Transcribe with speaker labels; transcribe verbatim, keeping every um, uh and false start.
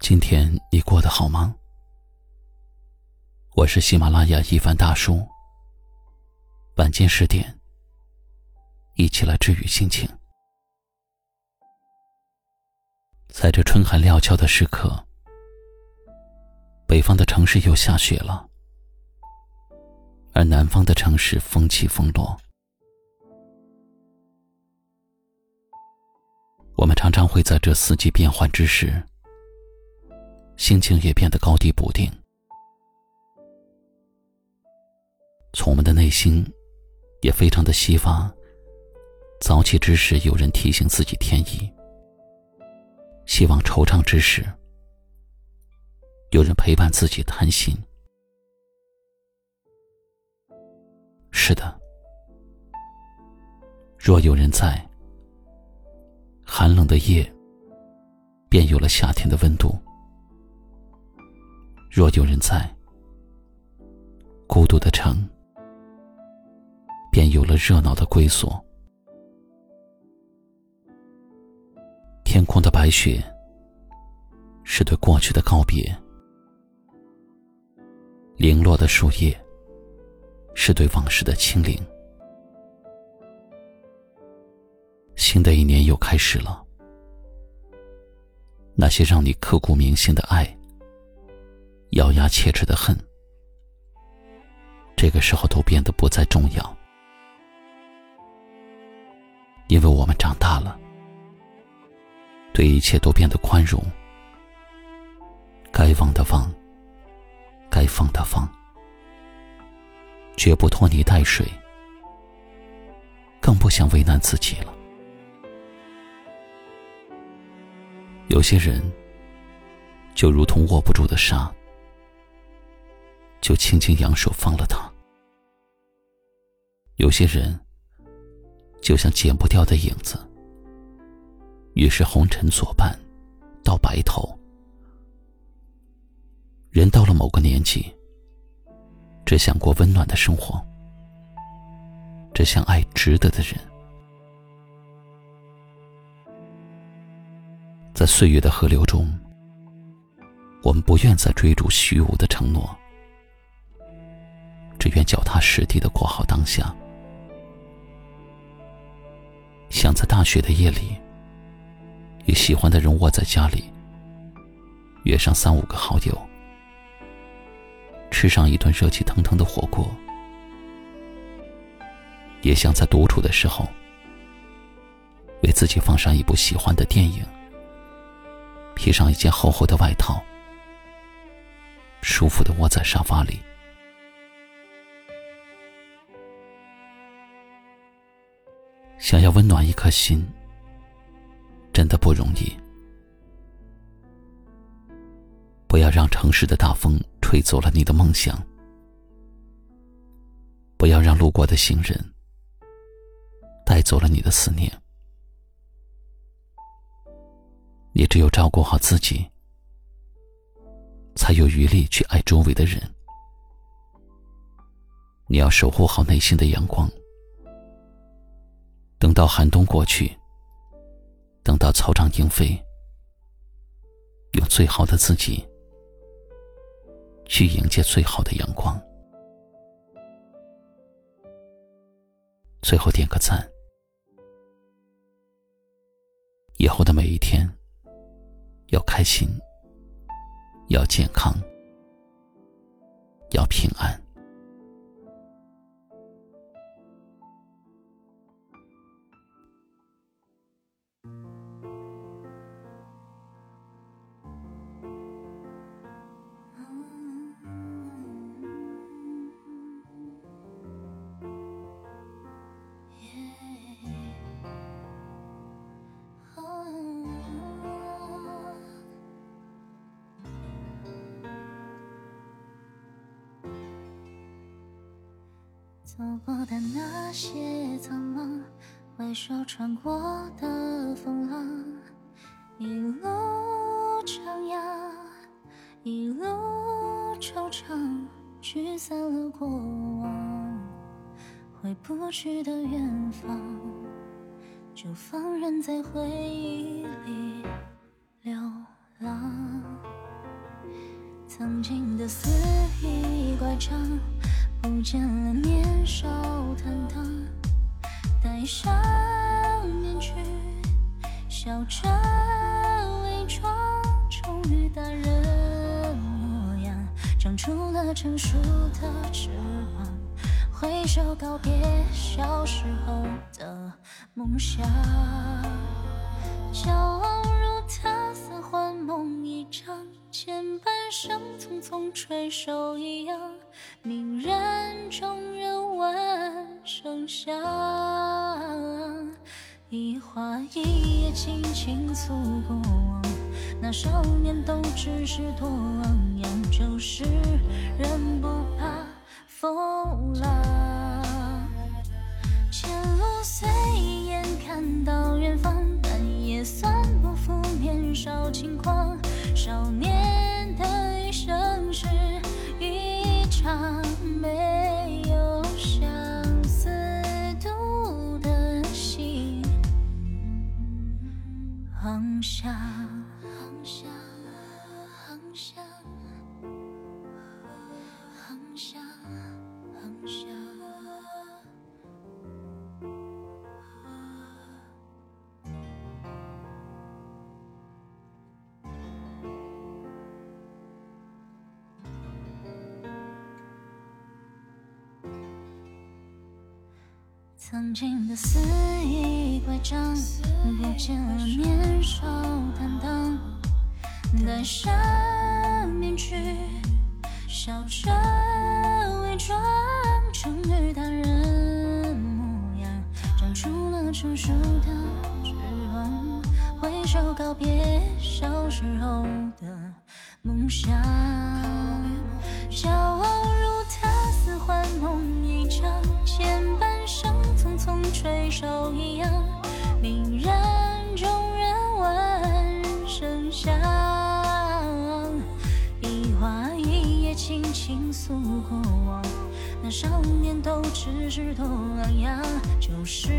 Speaker 1: 今天你过得好吗？我是喜马拉雅一凡大叔，晚间十点，一起来治愈心情。在这春寒料峭的时刻，北方的城市又下雪了，而南方的城市风起风落。我们常常会在这四季变换之时，心情也变得高低不定。从我们的内心也非常的希望早起之时有人提醒自己天意，希望惆怅之时有人陪伴自己谈心。是的，若有人在，寒冷的夜便有了夏天的温度；若有人在，孤独的城便有了热闹的归所。天空的白雪是对过去的告别，零落的树叶是对往事的清零。新的一年又开始了，那些让你刻骨铭心的爱，咬牙切齿的恨，这个时候都变得不再重要，因为我们长大了，对一切都变得宽容，该忘的忘，该放的放，绝不拖泥带水，更不想为难自己了。有些人就如同握不住的沙，就轻轻扬手放了它；有些人就像剪不掉的影子，于是红尘作伴到白头。人到了某个年纪，只想过温暖的生活，只想爱值得的人。在岁月的河流中，我们不愿再追逐虚无的承诺，只愿脚踏实地地过好当下。想在大雪的夜里，与喜欢的人窝在家里，约上三五个好友，吃上一顿热气腾腾的火锅。也想在独处的时候，为自己放上一部喜欢的电影，披上一件厚厚的外套，舒服地窝在沙发里。想要温暖一颗心，真的不容易。不要让城市的大风吹走了你的梦想，不要让路过的行人带走了你的思念。你只有照顾好自己，才有余力去爱周围的人。你要守护好内心的阳光，等到寒冬过去，等到草长莺飞，用最好的自己去迎接最好的阳光。最后点个赞，以后的每一天要开心，要健康，要平安。
Speaker 2: 走过的那些苍茫，回首穿过的风浪，一路徜徉，一路惆怅，驱散了过往，回不去的远方，就放任在回忆里流浪。 经的肆意乖张，不见了年少坦荡，戴上面具，笑着伪装宠于大人模样，长出了成熟的翅膀，挥手告别小时候的梦想。骄傲如他似幻梦一场，前半生匆匆垂手一扬，名人中人闻声响。一花一叶轻轻诉过往，那少年都只是多昂扬，就是人不怕风浪。前路虽眼看到远方，但也算不负年少轻狂。少年的余生是一场没有相思毒的戏，航向，航向，航向，航向，航向。曾经的肆意乖张，不见了年少坦荡，戴上面具，笑着伪装成于大人模样，长出了成熟的翅膀，挥手告别小时候的梦想。骄傲如他似幻梦一场，前半生匆匆垂手一扬，名人中人闻声响。一花一叶轻轻诉过往，那少年都只是多昂扬，就是